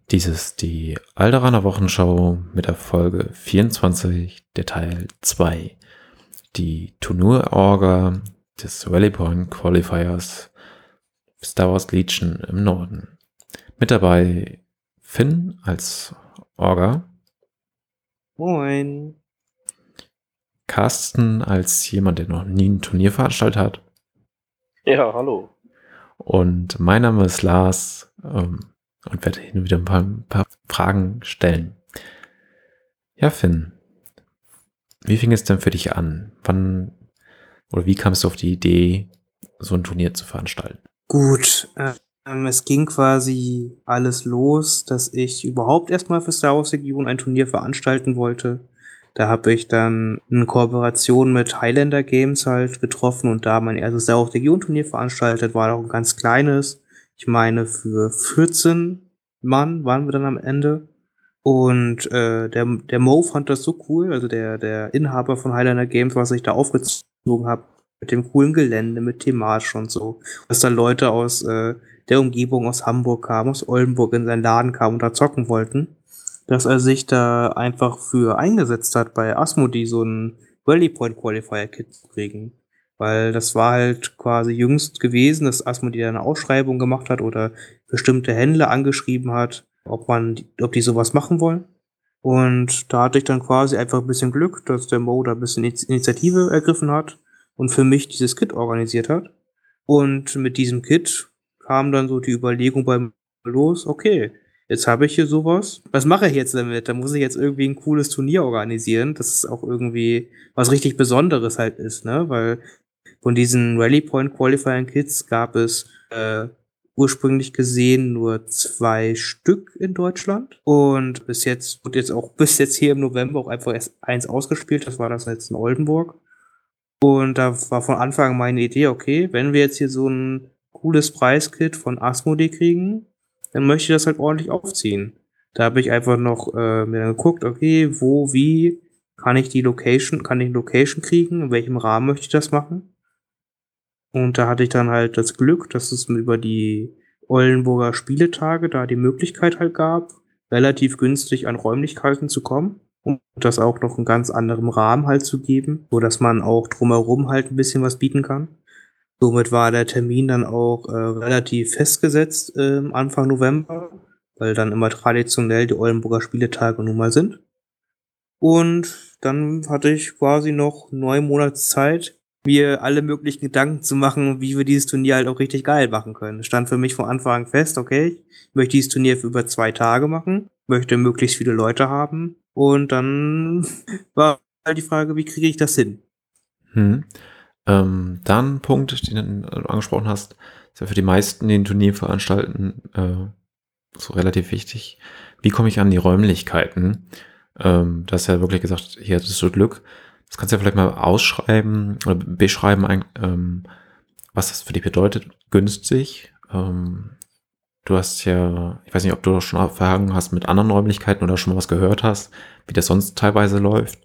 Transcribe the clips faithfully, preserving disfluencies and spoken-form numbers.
Dies ist die Alderaner Wochenschau mit der Folge vierundzwanzig, der Teil zwei. Die Turnierorga des Rally Point Qualifiers Star Wars Legion im Norden. Mit dabei Finn als Orga. Moin. Carsten als jemand, der noch nie ein Turnier veranstaltet hat. Ja, hallo. Und mein Name ist Lars ähm, und werde hin und wieder ein paar, ein paar Fragen stellen. Ja, Finn, wie fing es denn für dich an? Wann oder wie kamst du auf die Idee, so ein Turnier zu veranstalten? Gut, ähm, es ging quasi alles los, dass ich überhaupt erstmal für Star Wars Legion ein Turnier veranstalten wollte. Da habe ich dann eine Kooperation mit Highlander Games halt getroffen und da mein erstes Star Wars Legion Turnier veranstaltet, war auch ein ganz kleines. Ich meine, für vierzehn Mann waren wir dann am Ende. Und äh, der, der Mo fand das so cool, also der, der Inhaber von Highlander Games, was ich da aufgezogen habe, mit dem coolen Gelände, mit Themage und so. Dass da Leute aus äh, der Umgebung, aus Hamburg kamen, aus Oldenburg in seinen Laden kamen und da zocken wollten. Dass er sich da einfach für eingesetzt hat, bei Asmodee so ein Rally Point Qualifier Kit zu kriegen. Weil das war halt quasi jüngst gewesen, dass Asmodee eine Ausschreibung gemacht hat oder bestimmte Händler angeschrieben hat, ob man, ob die sowas machen wollen. Und da hatte ich dann quasi einfach ein bisschen Glück, dass der Mo da ein bisschen Initiative ergriffen hat und für mich dieses Kit organisiert hat. Und mit diesem Kit kam dann so die Überlegung beim los, okay, jetzt habe ich hier sowas. Was mache ich jetzt damit? Da muss ich jetzt irgendwie ein cooles Turnier organisieren, das ist auch irgendwie was richtig Besonderes halt ist, ne? Weil von diesen Rally Point Qualifying Kits gab es äh, ursprünglich gesehen nur zwei Stück in Deutschland. Und bis jetzt wird jetzt auch bis jetzt hier im November auch einfach erst eins ausgespielt. Das war das jetzt in Oldenburg. Und da war von Anfang an meine Idee, okay, wenn wir jetzt hier so ein cooles Preiskit von Asmodee kriegen, dann möchte ich das halt ordentlich aufziehen. Da habe ich einfach noch äh, mir geguckt, okay, wo, wie kann ich die Location, kann ich die Location kriegen, in welchem Rahmen möchte ich das machen? Und da hatte ich dann halt das Glück, dass es mir über die Oldenburger Spieletage da die Möglichkeit halt gab, relativ günstig an Räumlichkeiten zu kommen und das auch noch in ganz anderem Rahmen halt zu geben, so dass man auch drumherum halt ein bisschen was bieten kann. Somit war der Termin dann auch äh, relativ festgesetzt äh, Anfang November, weil dann immer traditionell die Oldenburger Spieletage nun mal sind. Und dann hatte ich quasi noch neun Monate Zeit, mir alle möglichen Gedanken zu machen, wie wir dieses Turnier halt auch richtig geil machen können. Es stand für mich von Anfang an fest, okay, ich möchte dieses Turnier für über zwei Tage machen, möchte möglichst viele Leute haben. Und dann war halt die Frage, wie kriege ich das hin? Hm. Ähm, dann ein Punkt, den du angesprochen hast, ist ja für die meisten, die ein Turnier veranstalten, äh, so relativ wichtig. Wie komme ich an die Räumlichkeiten? Ähm, du hast ja wirklich gesagt, hier hattest du Glück. Das kannst du ja vielleicht mal ausschreiben oder beschreiben, ein, ähm, was das für dich bedeutet, günstig. Ähm, du hast ja, ich weiß nicht, ob du schon Erfahrungen hast mit anderen Räumlichkeiten oder schon mal was gehört hast, wie das sonst teilweise läuft.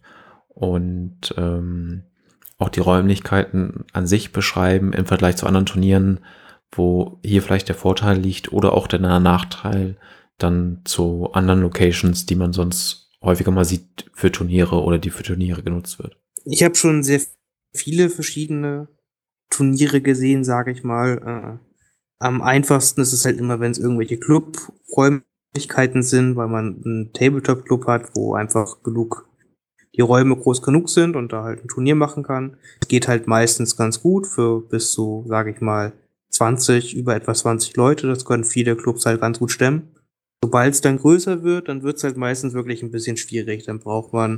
Und ähm, auch die Räumlichkeiten an sich beschreiben im Vergleich zu anderen Turnieren, wo hier vielleicht der Vorteil liegt oder auch der Nachteil dann zu anderen Locations, die man sonst häufiger mal sieht für Turniere oder die für Turniere genutzt wird. Ich habe schon sehr viele verschiedene Turniere gesehen, sage ich mal. Äh, am einfachsten ist es halt immer, wenn es irgendwelche Clubräumlichkeiten sind, weil man einen Tabletop-Club hat, wo einfach genug die Räume groß genug sind und da halt ein Turnier machen kann. Geht halt meistens ganz gut für bis zu, sage ich mal, zwanzig, über etwa zwanzig Leute. Das können viele Clubs halt ganz gut stemmen. Sobald es dann größer wird, dann wird es halt meistens wirklich ein bisschen schwierig. Dann braucht man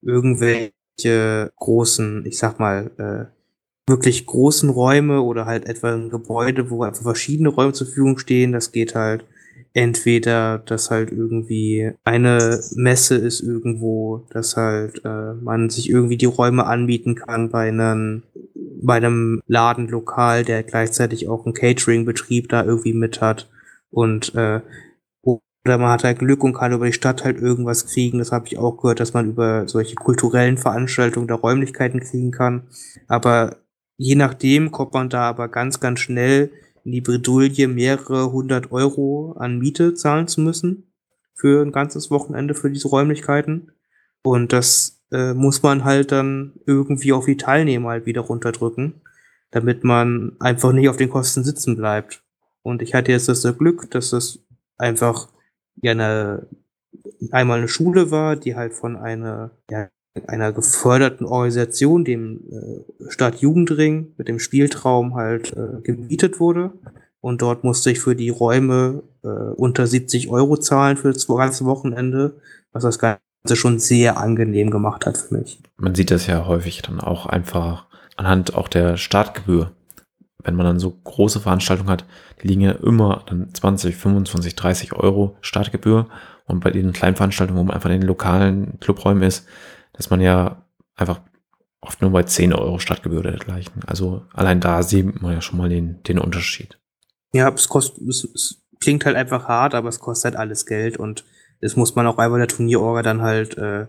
irgendwelche großen, ich sag mal, äh, wirklich großen Räume oder halt etwa ein Gebäude, wo einfach verschiedene Räume zur Verfügung stehen. Das geht halt entweder, dass halt irgendwie eine Messe ist irgendwo, dass halt äh, man sich irgendwie die Räume anbieten kann bei einem, bei einem Ladenlokal, der gleichzeitig auch einen Catering-Betrieb da irgendwie mit hat. Und äh, oder man hat halt Glück und kann über die Stadt halt irgendwas kriegen. Das habe ich auch gehört, dass man über solche kulturellen Veranstaltungen da Räumlichkeiten kriegen kann. Aber je nachdem kommt man da aber ganz, ganz schnell in die Bredouille, mehrere hundert Euro an Miete zahlen zu müssen. für ein ganzes Wochenende für diese Räumlichkeiten. Und das äh, muss man halt dann irgendwie auf die Teilnehmer halt wieder runterdrücken, damit man einfach nicht auf den Kosten sitzen bleibt. Und ich hatte jetzt das Glück, dass es einfach ja eine, einmal eine Schule war, die halt von einer, ja, einer geförderten Organisation, dem äh, Stadtjugendring, mit dem Spieltraum halt äh, gemietet wurde. Und dort musste ich für die Räume äh, unter siebzig Euro zahlen für das ganze Wochenende, was das Ganze schon sehr angenehm gemacht hat für mich. Man sieht das ja häufig dann auch einfach anhand auch der Startgebühr. Wenn man dann so große Veranstaltungen hat, die liegen ja immer dann zwanzig, fünfundzwanzig, dreißig Euro Startgebühr. Und bei den kleinen Veranstaltungen, wo man einfach in den lokalen Clubräumen ist, dass man ja einfach oft nur bei zehn Euro Startgebühr oder dergleichen. Also allein da sieht man ja schon mal den, den Unterschied. Ja, es kostet, es, es klingt halt einfach hart, aber es kostet halt alles Geld und das muss man auch einfach der Turnierorga dann halt äh,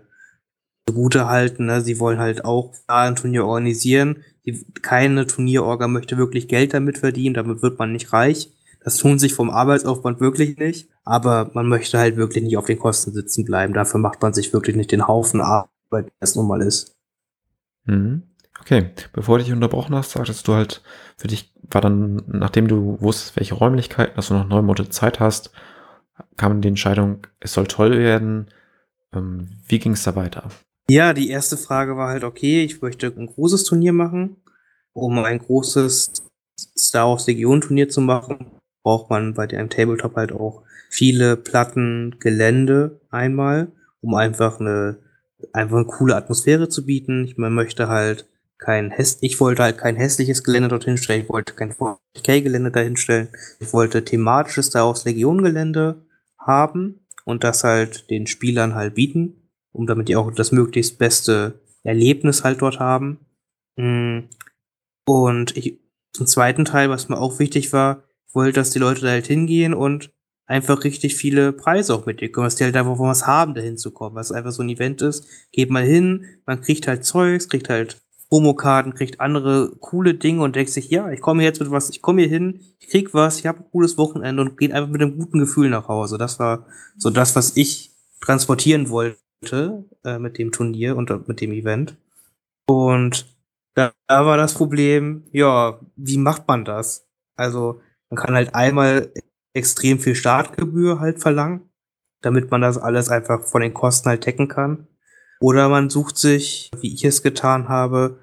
zugute halten. Ne? Sie wollen halt auch ein Turnier organisieren. Die, keine Turnierorga möchte wirklich Geld damit verdienen, damit wird man nicht reich. Das tun sich vom Arbeitsaufwand wirklich nicht, aber man möchte halt wirklich nicht auf den Kosten sitzen bleiben. Dafür macht man sich wirklich nicht den Haufen Arbeit, wie das nun mal ist. Mhm. Okay, bevor du dich unterbrochen hast, sagtest du halt, für dich war dann, nachdem du wusstest, welche Räumlichkeiten, dass du noch neun Monate Zeit hast, kam die Entscheidung, es soll toll werden. Ähm, wie ging es da weiter? Ja, die erste Frage war halt, okay, ich möchte ein großes Turnier machen. Um ein großes Star Wars Legion Turnier zu machen, braucht man bei dem Tabletop halt auch viele Platten Gelände einmal, um einfach eine, einfach eine coole Atmosphäre zu bieten. Ich, man möchte halt kein häss ich wollte halt kein hässliches Gelände dorthin stellen, ich wollte kein fünfzig K-Gelände dahin stellen. Ich wollte thematisches Star Wars Legion Gelände haben und das halt den Spielern halt bieten, um damit die auch das möglichst beste Erlebnis halt dort haben. Und ich, zum zweiten Teil, was mir auch wichtig war, wollte, dass die Leute da halt hingehen und einfach richtig viele Preise auch mitnehmen, dass die halt einfach was haben, da hinzukommen, was einfach so ein Event ist. Geht mal hin, man kriegt halt Zeugs, kriegt halt Promokarten, kriegt andere coole Dinge und denkt sich, ja, ich komme jetzt mit was, ich komme hier hin, ich krieg was, ich habe ein cooles Wochenende und geht einfach mit einem guten Gefühl nach Hause. Das war so das, was ich transportieren wollte äh, mit dem Turnier und äh, mit dem Event. Und da, da war das Problem, ja, wie macht man das? Also, man kann halt einmal extrem viel Startgebühr halt verlangen, damit man das alles einfach von den Kosten halt decken kann. Oder man sucht sich, wie ich es getan habe,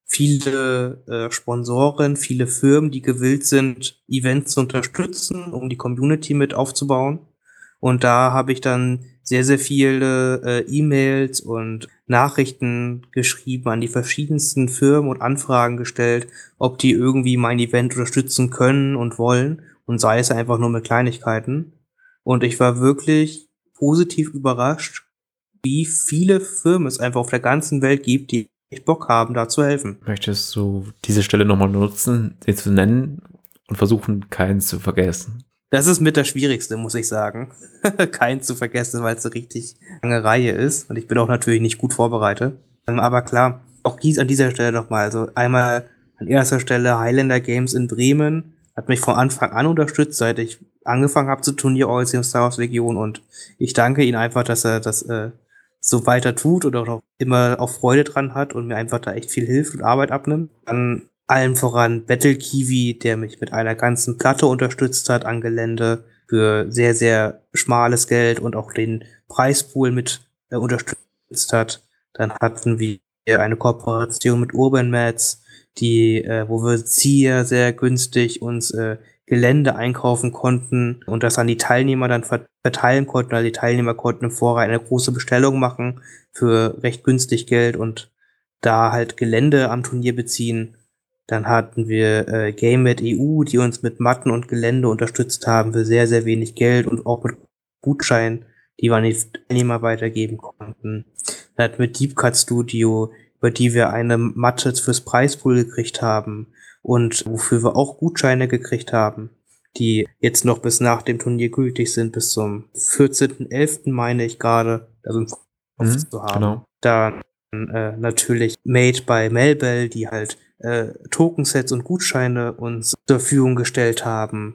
viele äh, Sponsoren, viele Firmen, die gewillt sind, Events zu unterstützen, um die Community mit aufzubauen. Und da habe ich dann sehr, sehr viele äh, E-Mails und Nachrichten geschrieben an die verschiedensten Firmen und Anfragen gestellt, ob die irgendwie mein Event unterstützen können und wollen und sei es einfach nur mit Kleinigkeiten. Und ich war wirklich positiv überrascht, wie viele Firmen es einfach auf der ganzen Welt gibt, die echt Bock haben, da zu helfen. Möchtest du diese Stelle nochmal nutzen, den zu nennen und versuchen, keinen zu vergessen? Das ist mit das Schwierigste, muss ich sagen. Keinen zu vergessen, weil es eine richtig lange Reihe ist. Und ich bin auch natürlich nicht gut vorbereitet. Aber klar, auch dies an dieser Stelle nochmal. Also einmal an erster Stelle Highlander Games in Bremen. Hat mich von Anfang an unterstützt, seit ich angefangen habe zu Turnier-Organisieren Star Wars Legion. Und ich danke ihm einfach, dass er das äh, so weiter tut und auch noch immer auch Freude dran hat und mir einfach da echt viel hilft und Arbeit abnimmt. Dann allen voran Battle Kiwi, der mich mit einer ganzen Platte unterstützt hat an Gelände für sehr, sehr schmales Geld und auch den Preispool mit äh, unterstützt hat. Dann hatten wir eine Kooperation mit Urban Mats, die, äh, wo wir sehr, sehr günstig uns äh, Gelände einkaufen konnten und das an die Teilnehmer dann verteilen konnten. Also die Teilnehmer konnten im Vorrat eine große Bestellung machen für recht günstig Geld und da halt Gelände am Turnier beziehen. Dann hatten wir äh, GameMed E U, die uns mit Matten und Gelände unterstützt haben für sehr, sehr wenig Geld und auch mit Gutscheinen, die wir an die Teilnehmer weitergeben konnten. Dann hatten wir Deep Cut Studio, über die wir eine Matte fürs Preispool gekriegt haben und wofür wir auch Gutscheine gekriegt haben, die jetzt noch bis nach dem Turnier gültig sind, bis zum vierzehnten elften meine ich gerade, also im Kopf Mhm, zu haben. genau. Dann äh, natürlich Made by Melbell, die halt äh, Tokensets und Gutscheine uns zur Verfügung gestellt haben.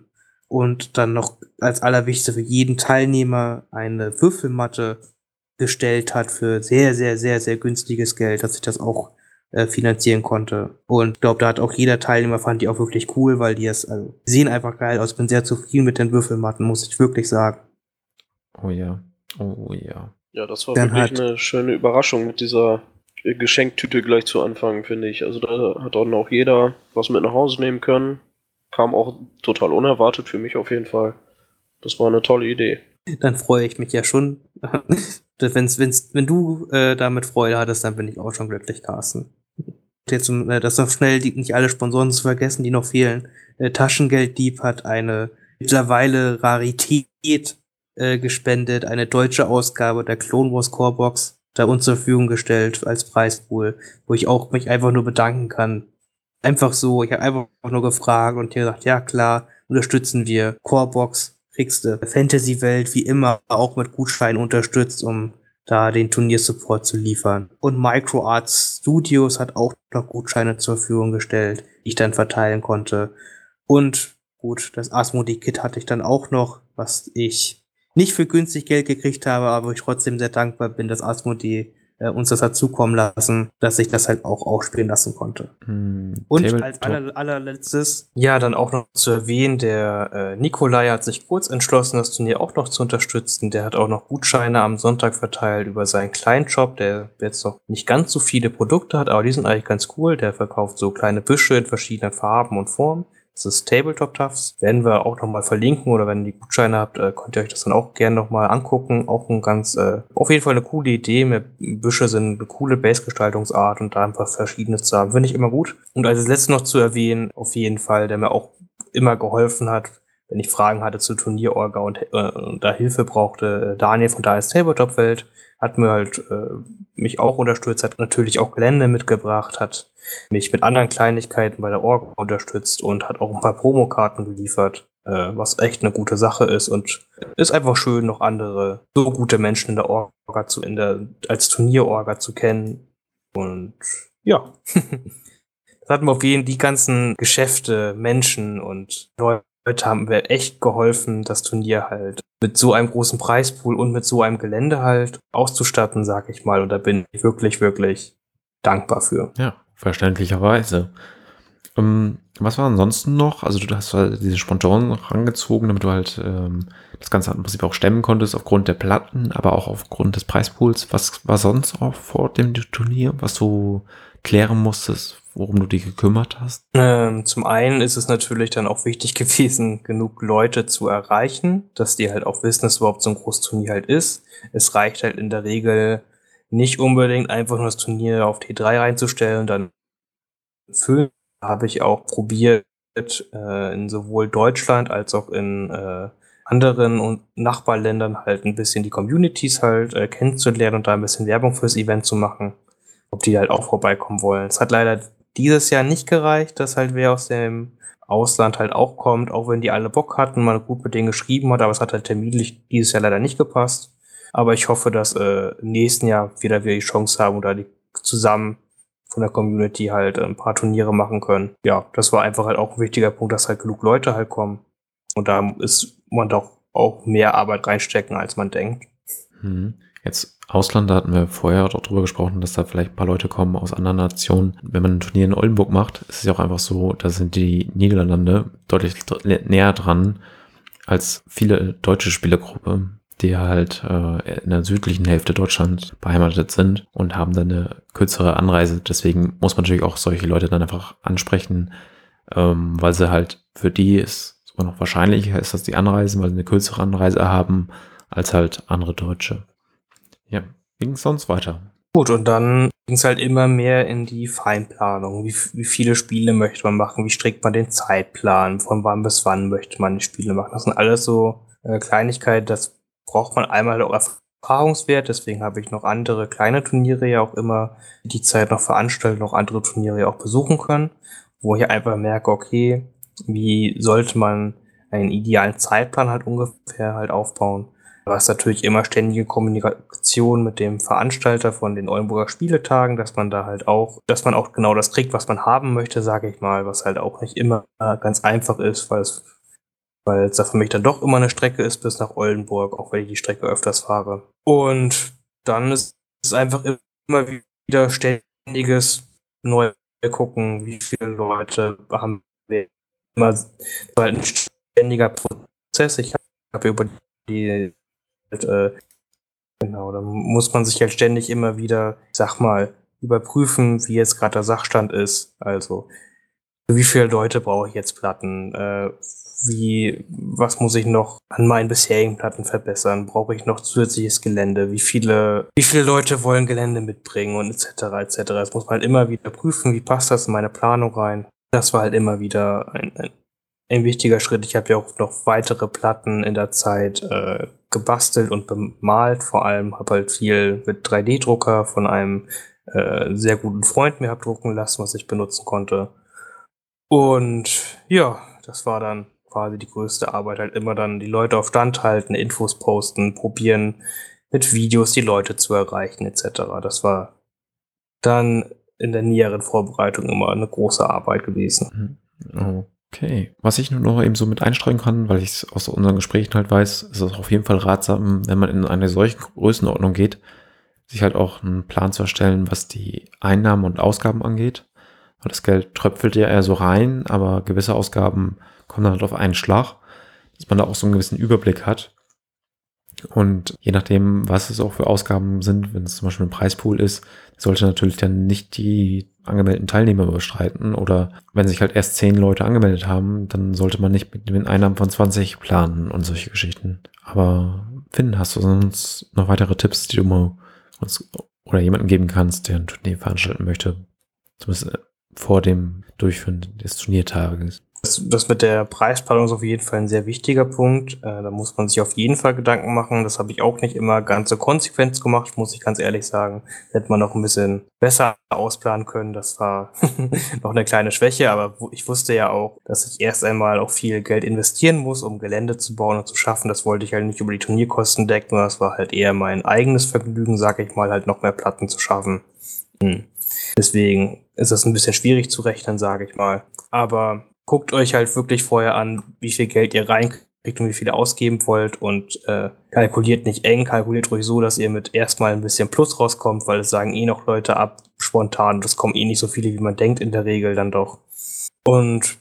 und dann noch als allerwichtigste für jeden Teilnehmer eine Würfelmatte gestellt hat für sehr, sehr, sehr, sehr günstiges Geld, dass ich das auch äh, finanzieren konnte. Und ich glaube, da hat auch jeder Teilnehmer, fand die auch wirklich cool, weil die es, also, die sehen einfach geil aus. Ich bin sehr zufrieden mit den Würfelmatten, muss ich wirklich sagen. Oh ja. Oh ja. Ja, das war Dann wirklich hat- eine schöne Überraschung mit dieser äh, Geschenktüte gleich zu Anfang, finde ich. Also da hat dann auch jeder was mit nach Hause nehmen können. Kam auch total unerwartet für mich auf jeden Fall. Das war eine tolle Idee. Dann freue ich mich ja schon. wenn's, wenn's, wenn du äh, damit Freude hattest, dann bin ich auch schon glücklich, Carsten. Jetzt, um äh, das noch schnell, die, nicht alle Sponsoren zu vergessen, die noch fehlen. Äh, Taschengelddieb hat eine mittlerweile Rarität äh, gespendet, eine deutsche Ausgabe der Clone Wars Core Box da uns zur Verfügung gestellt als Preispool, wo ich auch mich einfach nur bedanken kann. Einfach so, ich habe einfach nur gefragt und hier gesagt, ja klar, unterstützen wir. Core Box, kriegst du Fantasy-Welt wie immer auch mit Gutscheinen unterstützt, um da den Turniersupport zu liefern. Und MicroArts Studios hat auch noch Gutscheine zur Verfügung gestellt, die ich dann verteilen konnte. Und gut, das Asmodee-Kit hatte ich dann auch noch, was ich nicht für günstig Geld gekriegt habe, aber ich trotzdem sehr dankbar bin, dass Asmodee äh, uns das hat zukommen lassen, dass ich das halt auch ausspielen lassen konnte. Hm, Und Tabletop- als aller, allerletztes, ja, dann auch noch zu erwähnen, der äh, Nikolai hat sich kurz entschlossen, das Turnier auch noch zu unterstützen. Der hat auch noch Gutscheine am Sonntag verteilt über seinen kleinen Shop, der jetzt noch nicht ganz so viele Produkte hat, aber die sind eigentlich ganz cool. Der verkauft so kleine Büsche in verschiedenen Farben und Formen. Das ist Tabletop Tufts. Werden wir auch nochmal verlinken, oder wenn ihr die Gutscheine habt, äh, könnt ihr euch das dann auch gerne nochmal angucken. Auch ein ganz, äh, auf jeden Fall eine coole Idee. Mehr Büsche sind eine coole Base-Gestaltungsart und da einfach verschiedene zu haben, finde ich immer gut. Und als letztes noch zu erwähnen, auf jeden Fall, der mir auch immer geholfen hat, wenn ich Fragen hatte zu Turnierorga und, äh, und da Hilfe brauchte, äh, Daniel von da ist Tabletop-Welt, hat mir halt äh, mich auch unterstützt, hat natürlich auch Gelände mitgebracht, hat mich mit anderen Kleinigkeiten bei der Orga unterstützt und hat auch ein paar Promokarten geliefert, äh, was echt eine gute Sache ist und ist einfach schön, noch andere so gute Menschen in der Orga zu, in der, als Turnierorga zu kennen. Und ja, das hat mir auf jeden Fall die ganzen Geschäfte, Menschen und Leute haben mir echt geholfen, das Turnier halt mit so einem großen Preispool und mit so einem Gelände halt auszustatten, sag ich mal. Und da bin ich wirklich, wirklich dankbar für. Ja, verständlicherweise. Ähm, was war ansonsten noch? Also du hast halt diese Sponsoren rangezogen, damit du halt ähm, das Ganze im Prinzip auch stemmen konntest, aufgrund der Platten, aber auch aufgrund des Preispools. Was war sonst auch vor dem Turnier, was du klären musstest, worum du dich gekümmert hast? Ähm, zum einen ist es natürlich dann auch wichtig gewesen, genug Leute zu erreichen, dass die halt auch wissen, dass überhaupt so ein großes Turnier halt ist. Es reicht halt in der Regel nicht unbedingt einfach nur das Turnier auf T drei reinzustellen und dann füllen. Habe ich auch probiert, äh, in sowohl Deutschland als auch in äh, anderen und Nachbarländern halt ein bisschen die Communities halt äh, kennenzulernen und da ein bisschen Werbung fürs Event zu machen, ob die halt auch vorbeikommen wollen. Es hat leider dieses Jahr nicht gereicht, dass halt wer aus dem Ausland halt auch kommt, auch wenn die alle Bock hatten, man gut mit denen geschrieben hat, aber es hat halt terminlich dieses Jahr leider nicht gepasst. Aber ich hoffe, dass äh, im nächsten Jahr wieder wir die Chance haben oder die zusammen von der Community halt ein paar Turniere machen können. Ja, das war einfach halt auch ein wichtiger Punkt, dass halt genug Leute halt kommen. Und da ist man doch auch mehr Arbeit reinstecken, als man denkt. Hm. Jetzt Ausland, da hatten wir vorher auch drüber gesprochen, dass da vielleicht ein paar Leute kommen aus anderen Nationen. Wenn man ein Turnier in Oldenburg macht, ist es ja auch einfach so, da sind die Niederlande deutlich dr- näher dran als viele deutsche Spielergruppe, die halt äh, in der südlichen Hälfte Deutschlands beheimatet sind und haben dann eine kürzere Anreise. Deswegen muss man natürlich auch solche Leute dann einfach ansprechen, ähm, weil sie halt für die es sogar noch wahrscheinlicher ist, dass die anreisen, weil sie eine kürzere Anreise haben als halt andere Deutsche. Ja, wie ging es sonst weiter? Gut, und dann ging es halt immer mehr in die Feinplanung. Wie, wie viele Spiele möchte man machen? Wie strickt man den Zeitplan? Von wann bis wann möchte man die Spiele machen? Das sind alles so äh, Kleinigkeiten, das braucht man einmal auch Erfahrungswert. Deswegen habe ich noch andere kleine Turniere ja auch immer die Zeit noch veranstaltet, noch andere Turniere ja auch besuchen können, wo ich einfach merke, okay, wie sollte man einen idealen Zeitplan halt ungefähr halt aufbauen? Du hast natürlich immer ständige Kommunikation mit dem Veranstalter von den Oldenburger Spieletagen, dass man da halt auch, dass man auch genau das kriegt, was man haben möchte, sage ich mal, was halt auch nicht immer ganz einfach ist, weil es weil es da für mich dann doch immer eine Strecke ist bis nach Oldenburg, auch wenn ich die Strecke öfters fahre. Und dann ist es einfach immer wieder ständiges neu gucken, wie viele Leute haben wir. Immer so halt ein ständiger Prozess. Ich habe über die äh, genau, da muss man sich halt ständig immer wieder, sag mal, überprüfen, wie jetzt gerade der Sachstand ist. Also, wie viele Leute brauche ich jetzt Platten? Äh, wie, was muss ich noch an meinen bisherigen Platten verbessern? Brauche ich noch zusätzliches Gelände? Wie viele, wie viele Leute wollen Gelände mitbringen und et cetera et cetera. Das muss man halt immer wieder prüfen, wie passt das in meine Planung rein. Das war halt immer wieder ein, ein, ein wichtiger Schritt. Ich habe ja auch noch weitere Platten in der Zeit äh, gebastelt und bemalt. Vor allem habe halt viel mit drei D-Drucker von einem äh, sehr guten Freund mir hab drucken lassen, was ich benutzen konnte. Und ja, das war dann quasi die größte Arbeit, halt immer dann die Leute auf Stand halten, Infos posten, probieren mit Videos die Leute zu erreichen et cetera. Das war dann in der näheren Vorbereitung immer eine große Arbeit gewesen. Okay. Was ich nur noch eben so mit einstreuen kann, weil ich es aus unseren Gesprächen halt weiß, ist es auf jeden Fall ratsam, wenn man in eine solche Größenordnung geht, sich halt auch einen Plan zu erstellen, was die Einnahmen und Ausgaben angeht. Weil das Geld tröpfelt ja eher so rein, aber gewisse Ausgaben kommen dann halt auf einen Schlag, dass man da auch so einen gewissen Überblick hat. Und je nachdem, was es auch für Ausgaben sind, wenn es zum Beispiel ein Preispool ist, sollte natürlich dann nicht die angemeldeten Teilnehmer überschreiten. Oder wenn sich halt erst zehn Leute angemeldet haben, dann sollte man nicht mit den Einnahmen von zwanzig planen und solche Geschichten. Aber Finn, hast du sonst noch weitere Tipps, die du mal uns oder jemandem geben kannst, der ein Turnier veranstalten möchte? Zumindest vor dem Durchführen des Turniertages. Das, das mit der Preisplanung ist auf jeden Fall ein sehr wichtiger Punkt. Äh, da muss man sich auf jeden Fall Gedanken machen. Das habe ich auch nicht immer ganz so konsequent gemacht, muss ich ganz ehrlich sagen. Hätte man noch ein bisschen besser ausplanen können. Das war noch eine kleine Schwäche, aber ich wusste ja auch, dass ich erst einmal auch viel Geld investieren muss, um Gelände zu bauen und zu schaffen. Das wollte ich halt nicht über die Turnierkosten decken, sondern das war halt eher mein eigenes Vergnügen, sag ich mal, halt noch mehr Platten zu schaffen. Hm. Deswegen ist das ein bisschen schwierig zu rechnen, sage ich mal. Aber guckt euch halt wirklich vorher an, wie viel Geld ihr reinkriegt und wie viel ihr ausgeben wollt und äh, kalkuliert nicht eng, kalkuliert ruhig so, dass ihr mit erstmal ein bisschen Plus rauskommt, weil es sagen eh noch Leute ab, spontan, das kommen eh nicht so viele, wie man denkt in der Regel dann doch. Und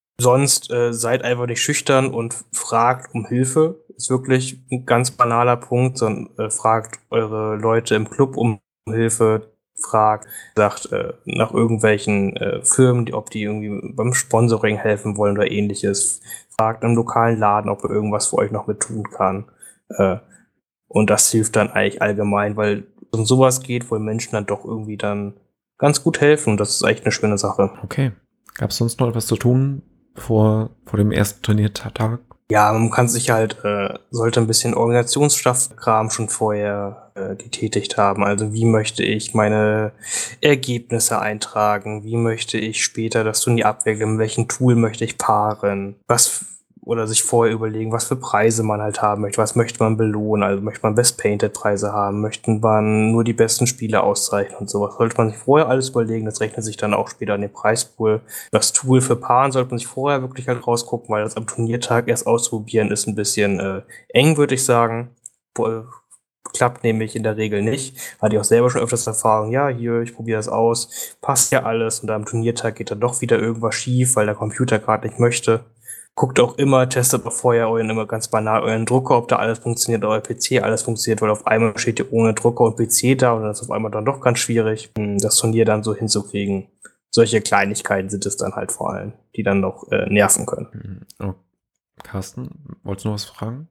sonst äh, seid einfach nicht schüchtern und fragt um Hilfe. Ist wirklich ein ganz banaler Punkt, sondern äh, fragt eure Leute im Club um Hilfe, fragt, sagt äh, nach irgendwelchen äh, Firmen, die, ob die irgendwie beim Sponsoring helfen wollen oder ähnliches. Fragt im lokalen Laden, ob er irgendwas für euch noch mit tun kann. Äh, und das hilft dann eigentlich allgemein, weil es um sowas geht, wo Menschen dann doch irgendwie dann ganz gut helfen. Und das ist echt eine schöne Sache. Okay. Gab es sonst noch etwas zu tun vor, vor dem ersten Turniertag? Ja, man kann sich halt, äh, sollte ein bisschen Organisationskram schon vorher äh, getätigt haben. Also wie möchte ich meine Ergebnisse eintragen? Wie möchte ich später das Turnier abwickeln? Mit welchem Tool möchte ich paaren? Was, oder sich vorher überlegen, was für Preise man halt haben möchte. Was möchte man belohnen? Also möchte man Best Painted Preise haben? Möchten man nur die besten Spiele auszeichnen und sowas? Sollte man sich vorher alles überlegen. Das rechnet sich dann auch später an den Preispool. Das Tool für Paaren sollte man sich vorher wirklich halt rausgucken, weil das am Turniertag erst ausprobieren ist ein bisschen äh, eng, würde ich sagen. Bo- Klappt nämlich in der Regel nicht. Hatte ich auch selber schon öfters Erfahrung, ja, hier, ich probiere das aus, passt ja alles und am Turniertag geht dann doch wieder irgendwas schief, weil der Computer gerade nicht möchte. Guckt auch immer, testet auch vorher euren, immer ganz banal euren Drucker, ob da alles funktioniert, euer P C alles funktioniert, weil auf einmal steht ihr ohne Drucker und P C da und dann ist auf einmal dann doch ganz schwierig, das Turnier dann so hinzukriegen. Solche Kleinigkeiten sind es dann halt vor allem, die dann noch äh, nerven können. Oh. Carsten, wolltest du noch was fragen?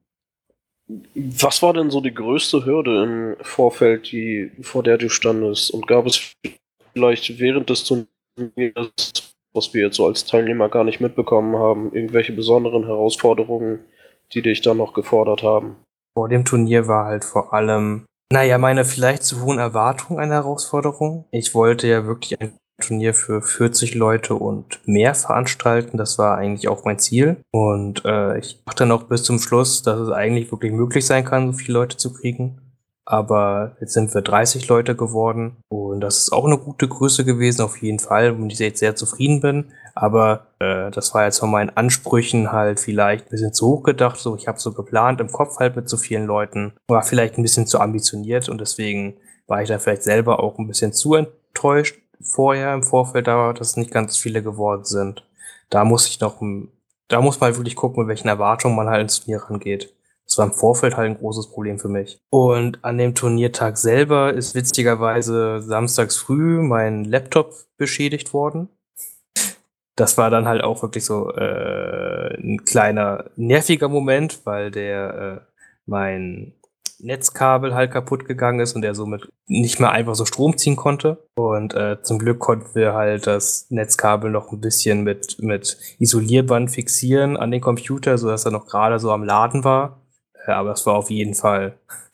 Was war denn so die größte Hürde im Vorfeld, die, vor der du standest? Und gab es vielleicht während des Turniers, was wir jetzt so als Teilnehmer gar nicht mitbekommen haben, irgendwelche besonderen Herausforderungen, die dich dann noch gefordert haben? Vor dem Turnier war halt vor allem, naja, meine vielleicht zu hohen Erwartungen eine Herausforderung. Ich wollte ja wirklich ein Turnier für vierzig Leute und mehr veranstalten. Das war eigentlich auch mein Ziel. Und äh, ich dachte noch bis zum Schluss, dass es eigentlich wirklich möglich sein kann, so viele Leute zu kriegen. aber jetzt sind wir dreißig Leute geworden und das ist auch eine gute Größe gewesen, auf jeden Fall, womit ich jetzt sehr zufrieden bin. Aber äh, das war jetzt von meinen Ansprüchen halt vielleicht ein bisschen zu hoch gedacht. So, ich habe so geplant im Kopf halt mit so vielen Leuten, war vielleicht ein bisschen zu ambitioniert und deswegen war ich da vielleicht selber auch ein bisschen zu enttäuscht vorher im Vorfeld, da dass es nicht ganz viele geworden sind. Da muss ich noch, ein- da muss man halt wirklich gucken, mit welchen Erwartungen man halt ins Turnier rangeht. Das war im Vorfeld halt ein großes Problem für mich. Und an dem Turniertag selber ist witzigerweise samstags früh mein Laptop beschädigt worden. Das war dann halt auch wirklich so äh, ein kleiner nerviger Moment, weil der äh, mein Netzkabel halt kaputt gegangen ist und der somit nicht mehr einfach so Strom ziehen konnte. Und äh, zum Glück konnten wir halt das Netzkabel noch ein bisschen mit, mit Isolierband fixieren an den Computer, sodass er noch gerade so am Laden war. Äh, aber es war auf jeden Fall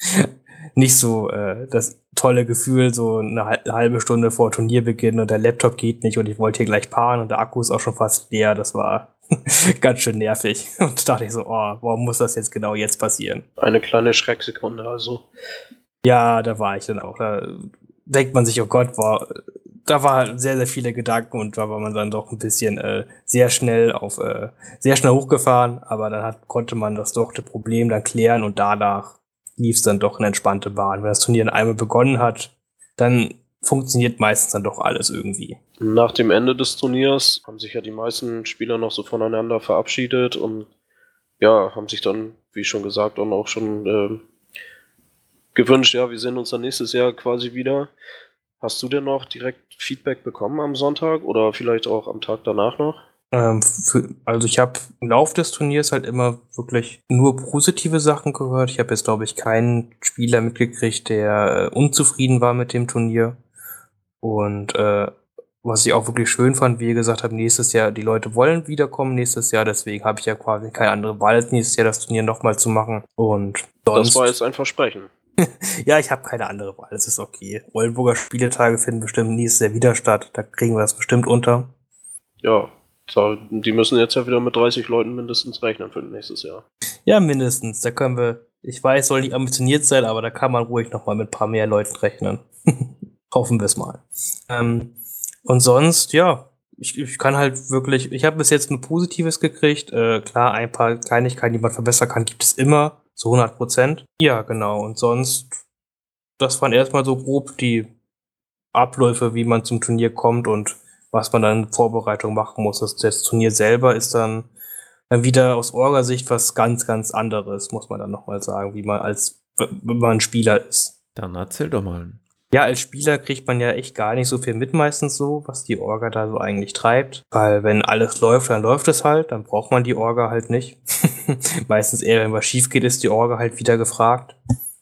nicht so äh, das tolle Gefühl, so eine hal- halbe Stunde vor Turnierbeginn und der Laptop geht nicht und ich wollte hier gleich paaren und der Akku ist auch schon fast leer. Das war ganz schön nervig. Und da dachte ich so, oh, warum muss das jetzt genau jetzt passieren? Eine kleine Schrecksekunde, also. Ja, da war ich dann auch. Da denkt man sich, oh Gott, war, da war sehr, sehr viele Gedanken und da war man dann doch ein bisschen äh, sehr schnell auf, äh, sehr schnell hochgefahren, aber dann hat, konnte man das doch, das Problem dann klären und danach lief es dann doch eine entspannte Bahn. Wenn das Turnier dann einmal begonnen hat, dann funktioniert meistens dann doch alles irgendwie. Nach dem Ende des Turniers haben sich ja die meisten Spieler noch so voneinander verabschiedet und ja, haben sich dann, wie schon gesagt, dann auch schon ähm, gewünscht, ja, wir sehen uns dann nächstes Jahr quasi wieder. Hast du denn noch direkt Feedback bekommen am Sonntag oder vielleicht auch am Tag danach noch? Ähm, für, also ich habe im Laufe des Turniers halt immer wirklich nur positive Sachen gehört. Ich habe jetzt, glaube ich, keinen Spieler mitgekriegt, der äh, unzufrieden war mit dem Turnier. Und äh, was ich auch wirklich schön fand, wie ihr gesagt habt, nächstes Jahr, die Leute wollen wiederkommen nächstes Jahr, deswegen habe ich ja quasi keine andere Wahl, als nächstes Jahr das Turnier nochmal zu machen. Und sonst, Das war jetzt ein Versprechen. ja, ich habe keine andere Wahl, das ist okay. Oldenburger Spieletage finden bestimmt nächstes Jahr wieder statt, da kriegen wir das bestimmt unter. Ja, da, die müssen jetzt ja wieder mit dreißig Leuten mindestens rechnen für nächstes Jahr. Ja, mindestens. Da können wir, ich weiß, soll nicht ambitioniert sein, aber da kann man ruhig nochmal mit ein paar mehr Leuten rechnen. Hoffen wir es mal. Ähm, und sonst, ja, ich, ich kann halt wirklich, ich habe bis jetzt nur Positives gekriegt. Äh, klar, ein paar Kleinigkeiten, die man verbessern kann, gibt es immer, zu hundert Prozent. Ja, genau. Und sonst, das waren erstmal so grob die Abläufe, wie man zum Turnier kommt und was man dann in Vorbereitung machen muss. Das, das Turnier selber ist dann dann wieder aus Orga-Sicht was ganz, ganz anderes, muss man dann nochmal sagen, wie man als, wenn man ein Spieler ist. Dann erzähl doch mal. Ja, als Spieler kriegt man ja echt gar nicht so viel mit meistens so, was die Orga da so eigentlich treibt. Weil wenn alles läuft, dann läuft es halt, dann braucht man die Orga halt nicht. Meistens eher, wenn was schief geht, ist die Orga halt wieder gefragt.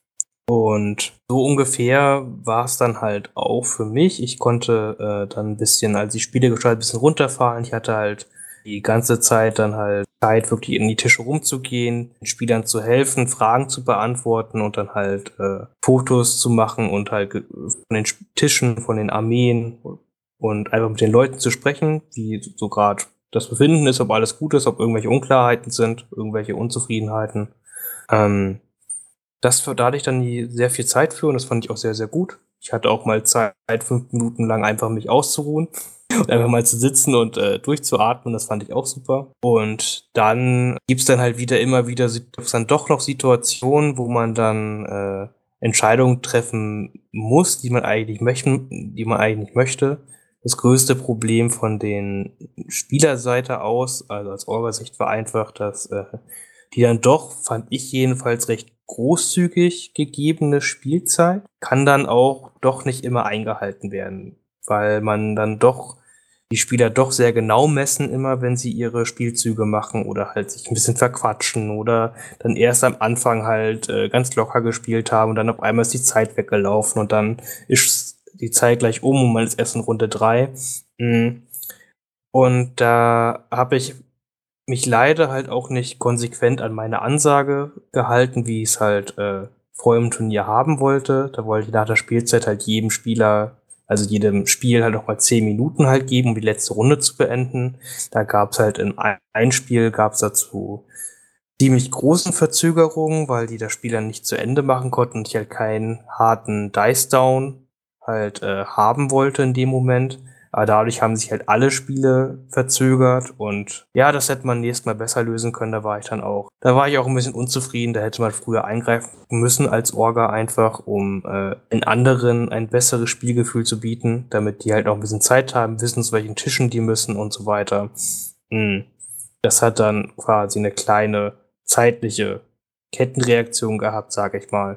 Und so ungefähr war es dann halt auch für mich. Ich konnte äh, dann ein bisschen, als die Spiele gestaltet, ein bisschen runterfahren. Ich hatte halt die ganze Zeit dann halt Zeit, wirklich in die Tische rumzugehen, den Spielern zu helfen, Fragen zu beantworten und dann halt äh, Fotos zu machen und halt ge- von den Sp- Tischen, von den Armeen und einfach mit den Leuten zu sprechen, wie so gerade das Befinden ist, ob alles gut ist, ob irgendwelche Unklarheiten sind, irgendwelche Unzufriedenheiten. Ähm, das, da hatte ich dann die sehr viel Zeit für und das fand ich auch sehr, sehr gut. Ich hatte auch mal Zeit, fünf Minuten lang einfach mich auszuruhen und einfach mal zu sitzen und äh, durchzuatmen. Das fand ich auch super. Und dann gibt's dann halt wieder immer wieder, gibt's dann doch noch Situationen, wo man dann äh, Entscheidungen treffen muss, die man eigentlich möchten, die man eigentlich nicht möchte. Das größte Problem von den Spielerseite aus, also als Orga-Sicht, war einfach, dass äh, die dann doch, fand ich jedenfalls, recht großzügig gegebene Spielzeit kann dann auch doch nicht immer eingehalten werden, weil man dann doch die Spieler doch sehr genau messen immer, wenn sie ihre Spielzüge machen oder halt sich ein bisschen verquatschen oder dann erst am Anfang halt äh, ganz locker gespielt haben und dann auf einmal ist die Zeit weggelaufen und dann ist die Zeit gleich um und man ist erst in Runde drei. Und da habe ich mich leider halt auch nicht konsequent an meine Ansage gehalten, wie ich es halt äh, vor dem Turnier haben wollte. Da wollte ich nach der Spielzeit halt jedem Spieler, also jedem Spiel halt noch mal zehn Minuten halt geben, um die letzte Runde zu beenden. Da gab es halt in ein Spiel, gab es dazu ziemlich großen Verzögerungen, weil die das Spiel dann nicht zu Ende machen konnten und ich halt keinen harten Dice-Down halt äh, haben wollte in dem Moment. Aber dadurch haben sich halt alle Spiele verzögert und ja, das hätte man nächstes Mal besser lösen können. Da war ich dann auch. Da war ich auch ein bisschen unzufrieden. Da hätte man früher eingreifen müssen als Orga einfach, um äh, in anderen ein besseres Spielgefühl zu bieten, damit die halt auch ein bisschen Zeit haben, wissen, zu welchen Tischen die müssen und so weiter. Hm. Das hat dann quasi eine kleine zeitliche Kettenreaktion gehabt, sage ich mal.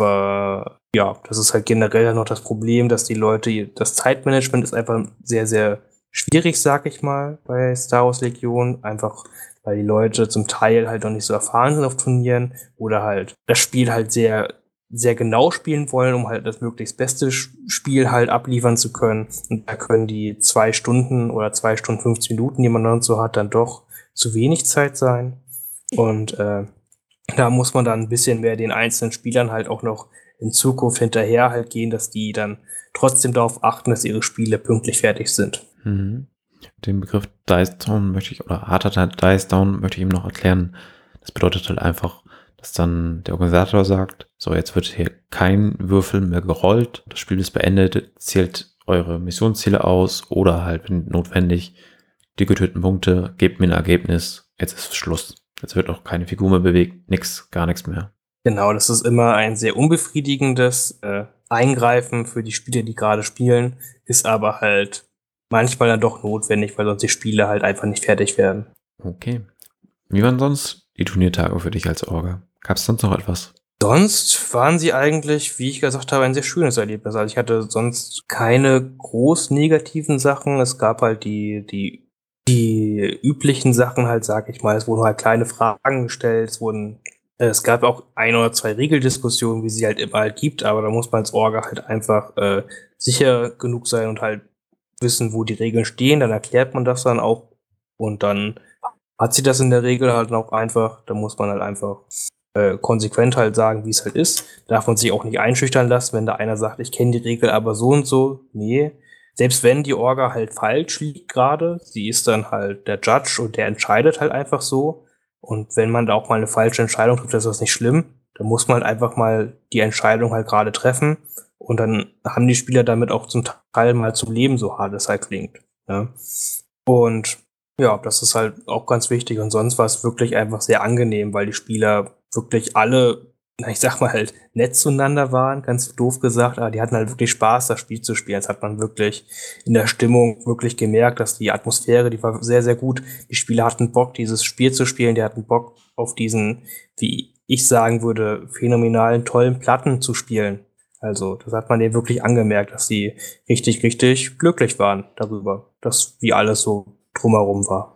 Aber ja, das ist halt generell noch das Problem, dass die Leute, das Zeitmanagement ist einfach sehr, sehr schwierig, sag ich mal, bei Star Wars Legion. Einfach, weil die Leute zum Teil halt noch nicht so erfahren sind auf Turnieren oder halt das Spiel halt sehr, sehr genau spielen wollen, um halt das möglichst beste Spiel halt abliefern zu können. Und da können die zwei Stunden oder zwei Stunden fünfzehn Minuten, die man dann so hat, dann doch zu wenig Zeit sein. Und äh, da muss man dann ein bisschen mehr den einzelnen Spielern halt auch noch in Zukunft hinterher halt gehen, dass die dann trotzdem darauf achten, dass ihre Spiele pünktlich fertig sind. Mhm. Den Begriff Dice Down möchte ich, oder harter Dice Down möchte ich ihm noch erklären. Das bedeutet halt einfach, dass dann der Organisator sagt, so, jetzt wird hier kein Würfel mehr gerollt, das Spiel ist beendet, zählt eure Missionsziele aus oder halt, wenn notwendig, die getöteten Punkte, gebt mir ein Ergebnis, jetzt ist Schluss. Jetzt wird auch keine Figur mehr bewegt, nix, gar nichts mehr. Genau, das ist immer ein sehr unbefriedigendes äh, Eingreifen für die Spieler, die gerade spielen, ist aber halt manchmal dann doch notwendig, weil sonst die Spiele halt einfach nicht fertig werden. Okay. Wie waren sonst die Turniertage für dich als Orga? Gab es sonst noch etwas? Sonst waren sie eigentlich, wie ich gesagt habe, ein sehr schönes Erlebnis. Also ich hatte sonst keine groß negativen Sachen. Es gab halt die, die, die üblichen Sachen halt, sag ich mal. Es wurden halt kleine Fragen gestellt. Es wurden, äh, es gab auch ein oder zwei Regeldiskussionen, wie sie halt immer halt gibt. Aber da muss man als Orga halt einfach äh, sicher genug sein und halt wissen, wo die Regeln stehen. Dann erklärt man das dann auch. Und dann hat sie das in der Regel halt auch einfach. Da muss man halt einfach Äh, konsequent halt sagen, wie es halt ist. Darf man sich auch nicht einschüchtern lassen, wenn da einer sagt, ich kenne die Regel aber so und so. Nee. Selbst wenn die Orga halt falsch liegt gerade, sie ist dann halt der Judge und der entscheidet halt einfach so. Und wenn man da auch mal eine falsche Entscheidung trifft, ist das nicht schlimm. Dann muss man halt einfach mal die Entscheidung halt gerade treffen. Und dann haben die Spieler damit auch zum Teil mal zu leben, so hart es halt klingt. Ja. Und ja, das ist halt auch ganz wichtig. Und sonst war es wirklich einfach sehr angenehm, weil die Spieler wirklich alle, na, ich sag mal halt, nett zueinander waren, ganz doof gesagt, aber die hatten halt wirklich Spaß, das Spiel zu spielen. Das hat man wirklich in der Stimmung wirklich gemerkt, dass die Atmosphäre, die war sehr, sehr gut. Die Spieler hatten Bock, dieses Spiel zu spielen, die hatten Bock auf diesen, wie ich sagen würde, phänomenalen, tollen Platten zu spielen. Also, das hat man denen wirklich angemerkt, dass sie richtig, richtig glücklich waren darüber, dass wie alles so drumherum war.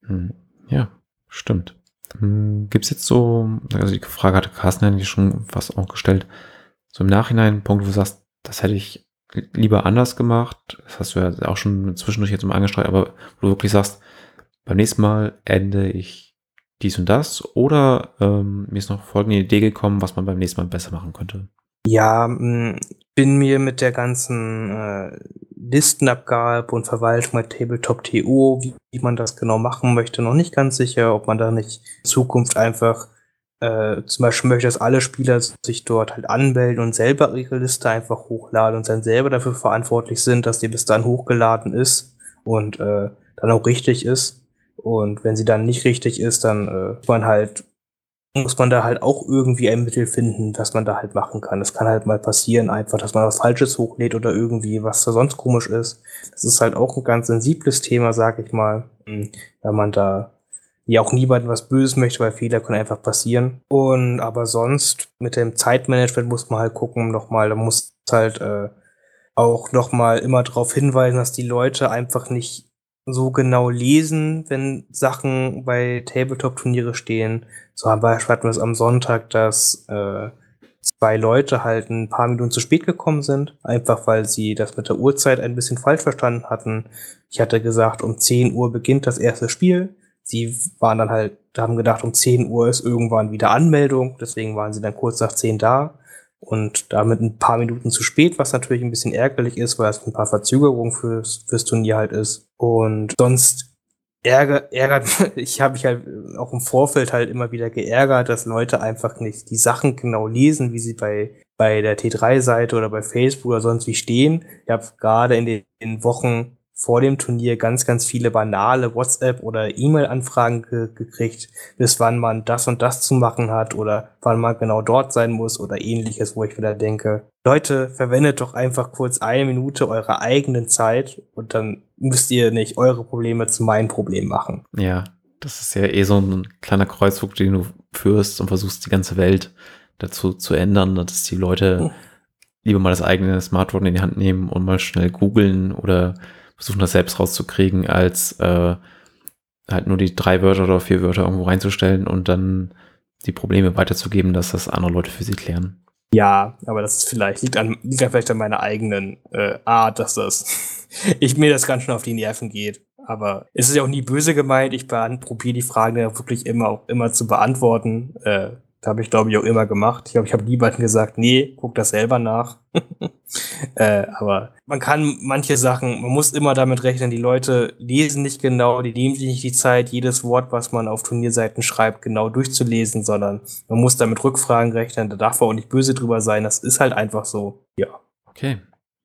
Ja, stimmt. Gibt es jetzt so, also die Frage hatte Carsten eigentlich schon was auch gestellt, so im Nachhinein Punkt, wo du sagst, das hätte ich lieber anders gemacht, das hast du ja auch schon zwischendurch jetzt mal angestreut, aber wo du wirklich sagst, beim nächsten Mal ende ich dies und das oder ähm, mir ist noch folgende Idee gekommen, was man beim nächsten Mal besser machen könnte. Ja, ich bin mir mit der ganzen äh, Listenabgabe und Verwaltung bei Tabletop Punkt to, wie, wie man das genau machen möchte, noch nicht ganz sicher, ob man da nicht in Zukunft einfach äh, zum Beispiel möchte, dass alle Spieler sich dort halt anmelden und selber ihre Liste einfach hochladen und dann selber dafür verantwortlich sind, dass die bis dann hochgeladen ist und äh, dann auch richtig ist. Und wenn sie dann nicht richtig ist, dann äh, muss man halt muss man da halt auch irgendwie ein Mittel finden, was man da halt machen kann. Es kann halt mal passieren, einfach, dass man was Falsches hochlädt oder irgendwie, was da sonst komisch ist. Das ist halt auch ein ganz sensibles Thema, sag ich mal, weil man da ja auch niemandem was Böses möchte, weil Fehler können einfach passieren. Und aber sonst mit dem Zeitmanagement muss man halt gucken, nochmal, da muss halt äh, auch nochmal immer darauf hinweisen, dass die Leute einfach nicht so genau lesen, wenn Sachen bei Tabletop-Turniere stehen. So am Beispiel hatten wir es am Sonntag, dass äh, zwei Leute halt ein paar Minuten zu spät gekommen sind, einfach weil sie das mit der Uhrzeit ein bisschen falsch verstanden hatten. Ich hatte gesagt, um zehn Uhr beginnt das erste Spiel. Sie waren dann halt, haben gedacht, um zehn Uhr ist irgendwann wieder Anmeldung, deswegen waren sie dann kurz nach zehn da. Und damit ein paar Minuten zu spät, was natürlich ein bisschen ärgerlich ist, weil es ein paar Verzögerungen fürs, fürs Turnier halt ist. Und sonst Ärger, ärgert, ich habe mich halt auch im Vorfeld halt immer wieder geärgert, dass Leute einfach nicht die Sachen genau lesen, wie sie bei, bei der T drei Seite oder bei Facebook oder sonst wie stehen. Ich habe gerade in den, in Wochen vor dem Turnier ganz, ganz viele banale WhatsApp- oder E-Mail-Anfragen ge gekriegt, bis wann man das und das zu machen hat oder wann man genau dort sein muss oder ähnliches, wo ich wieder denke, Leute, verwendet doch einfach kurz eine Minute eurer eigenen Zeit und dann müsst ihr nicht eure Probleme zu meinen Problemen machen. Ja, das ist ja eh so ein kleiner Kreuzzug, den du führst und versuchst, die ganze Welt dazu zu ändern, dass die Leute Hm. lieber mal das eigene Smartphone in die Hand nehmen und mal schnell googeln oder versuchen, das selbst rauszukriegen, als äh, halt nur die drei Wörter oder vier Wörter irgendwo reinzustellen und dann die Probleme weiterzugeben, dass das andere Leute für sie klären. Ja, aber das ist vielleicht, liegt an, liegt an vielleicht an meiner eigenen äh, Art, dass das, ich mir das ganz schön auf die Nerven geht. Aber es ist ja auch nie böse gemeint. Ich probiere die Fragen ja wirklich immer auch immer zu beantworten. Äh, da habe ich, glaube ich, auch immer gemacht. Ich glaube, ich habe niemandem gesagt, nee, guck das selber nach. äh, aber man kann manche Sachen, man muss immer damit rechnen, die Leute lesen nicht genau, die nehmen sich nicht die Zeit, jedes Wort, was man auf Turnierseiten schreibt, genau durchzulesen, sondern man muss damit Rückfragen rechnen, da darf man auch nicht böse drüber sein, das ist halt einfach so, ja. Okay.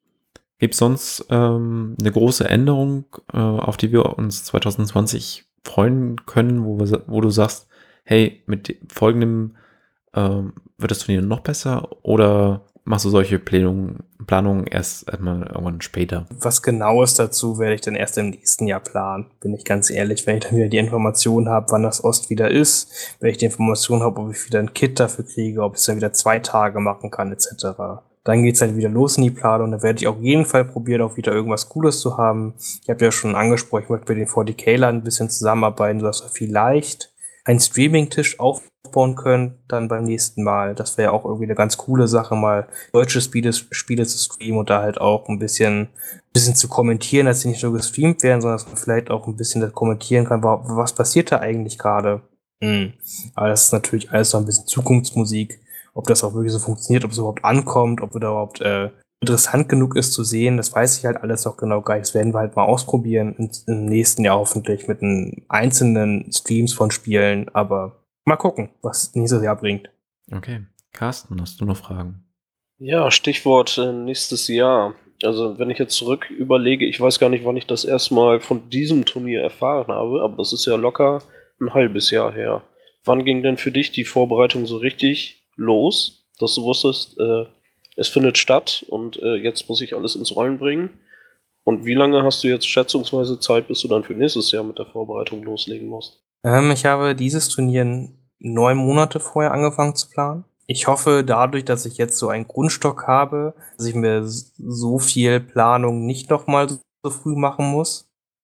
Gibt es sonst ähm, eine große Änderung, äh, auf die wir uns zwanzig zwanzig freuen können, wo, wir, wo du sagst, hey, mit folgendem ähm, wird das Turnier noch besser oder machst du solche Planungen, Planungen erst erstmal irgendwann später? Was Genaues dazu werde ich dann erst im nächsten Jahr planen, bin ich ganz ehrlich, wenn ich dann wieder die Information habe, wann das Ost wieder ist, wenn ich die Information habe, ob ich wieder ein Kit dafür kriege, ob ich es dann wieder zwei Tage machen kann, et cetera. Dann geht's halt wieder los in die Planung. Dann werde ich auf jeden Fall probieren, auch wieder irgendwas Cooles zu haben. Ich habe ja schon angesprochen, ich möchte mit den forty K-Lern ein bisschen zusammenarbeiten, sodass wir vielleicht einen Streaming-Tisch aufbauen können, dann beim nächsten Mal. Das wäre auch irgendwie eine ganz coole Sache, mal deutsche Spiele, Spiele zu streamen und da halt auch ein bisschen, bisschen zu kommentieren, dass sie nicht nur gestreamt werden, sondern dass man vielleicht auch ein bisschen das kommentieren kann, was passiert da eigentlich gerade. Hm. Aber das ist natürlich alles noch ein bisschen Zukunftsmusik. Ob das auch wirklich so funktioniert, ob es überhaupt ankommt, ob es überhaupt äh, interessant genug ist zu sehen, das weiß ich halt alles noch genau gar nicht. Das werden wir halt mal ausprobieren im, im nächsten Jahr hoffentlich mit einem einzelnen Streams von Spielen, aber mal gucken, was nächstes Jahr bringt. Okay. Carsten, hast du noch Fragen? Ja, Stichwort äh, nächstes Jahr. Also wenn ich jetzt zurück überlege, ich weiß gar nicht, wann ich das erstmal von diesem Turnier erfahren habe, aber das ist ja locker ein halbes Jahr her. Wann ging denn für dich die Vorbereitung so richtig los, dass du wusstest, äh, es findet statt und äh, jetzt muss ich alles ins Rollen bringen? Und wie lange hast du jetzt schätzungsweise Zeit, bis du dann für nächstes Jahr mit der Vorbereitung loslegen musst? Ähm, ich habe dieses Turnier neun Monate vorher angefangen zu planen. Ich hoffe dadurch, dass ich jetzt so einen Grundstock habe, dass ich mir so viel Planung nicht nochmal so früh machen muss.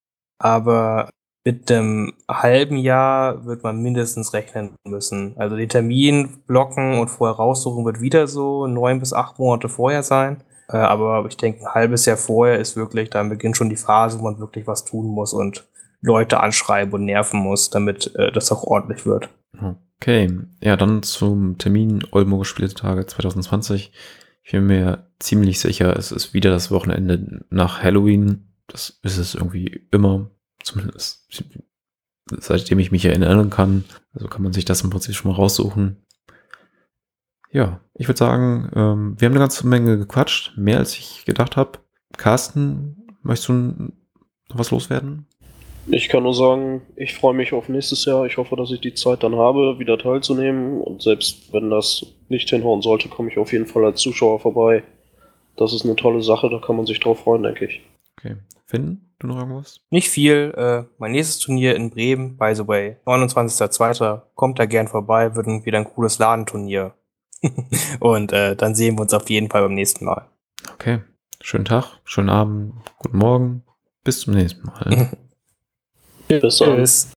Aber mit einem halben Jahr wird man mindestens rechnen müssen. Also den Termin blocken und vorher raussuchen wird wieder so neun bis acht Monate vorher sein. Äh, aber ich denke, ein halbes Jahr vorher ist wirklich, dann beginnt schon die Phase, wo man wirklich was tun muss und Leute anschreiben und nerven muss, damit äh, das auch ordentlich wird. Okay, ja, dann zum Termin Oldenburger Spieletage zwanzig zwanzig. Ich bin mir ziemlich sicher, es ist wieder das Wochenende nach Halloween. Das ist es irgendwie immer, zumindest seitdem ich mich erinnern kann. Also kann man sich das im Prinzip schon mal raussuchen. Ja, ich würde sagen, ähm, wir haben eine ganze Menge gequatscht, mehr als ich gedacht habe. Carsten, möchtest du noch was loswerden? Ich kann nur sagen, ich freue mich auf nächstes Jahr. Ich hoffe, dass ich die Zeit dann habe, wieder teilzunehmen. Und selbst wenn das nicht hinhauen sollte, komme ich auf jeden Fall als Zuschauer vorbei. Das ist eine tolle Sache, da kann man sich drauf freuen, denke ich. Okay. Finn, du noch irgendwas? Nicht viel. Äh, mein nächstes Turnier in Bremen, by the way, neunundzwanzigster zweiter Kommt da gern vorbei, wird wieder ein cooles Ladenturnier. Und äh, dann sehen wir uns auf jeden Fall beim nächsten Mal. Okay. Schönen Tag, schönen Abend, guten Morgen. Bis zum nächsten Mal. Bis dann. Tschüss.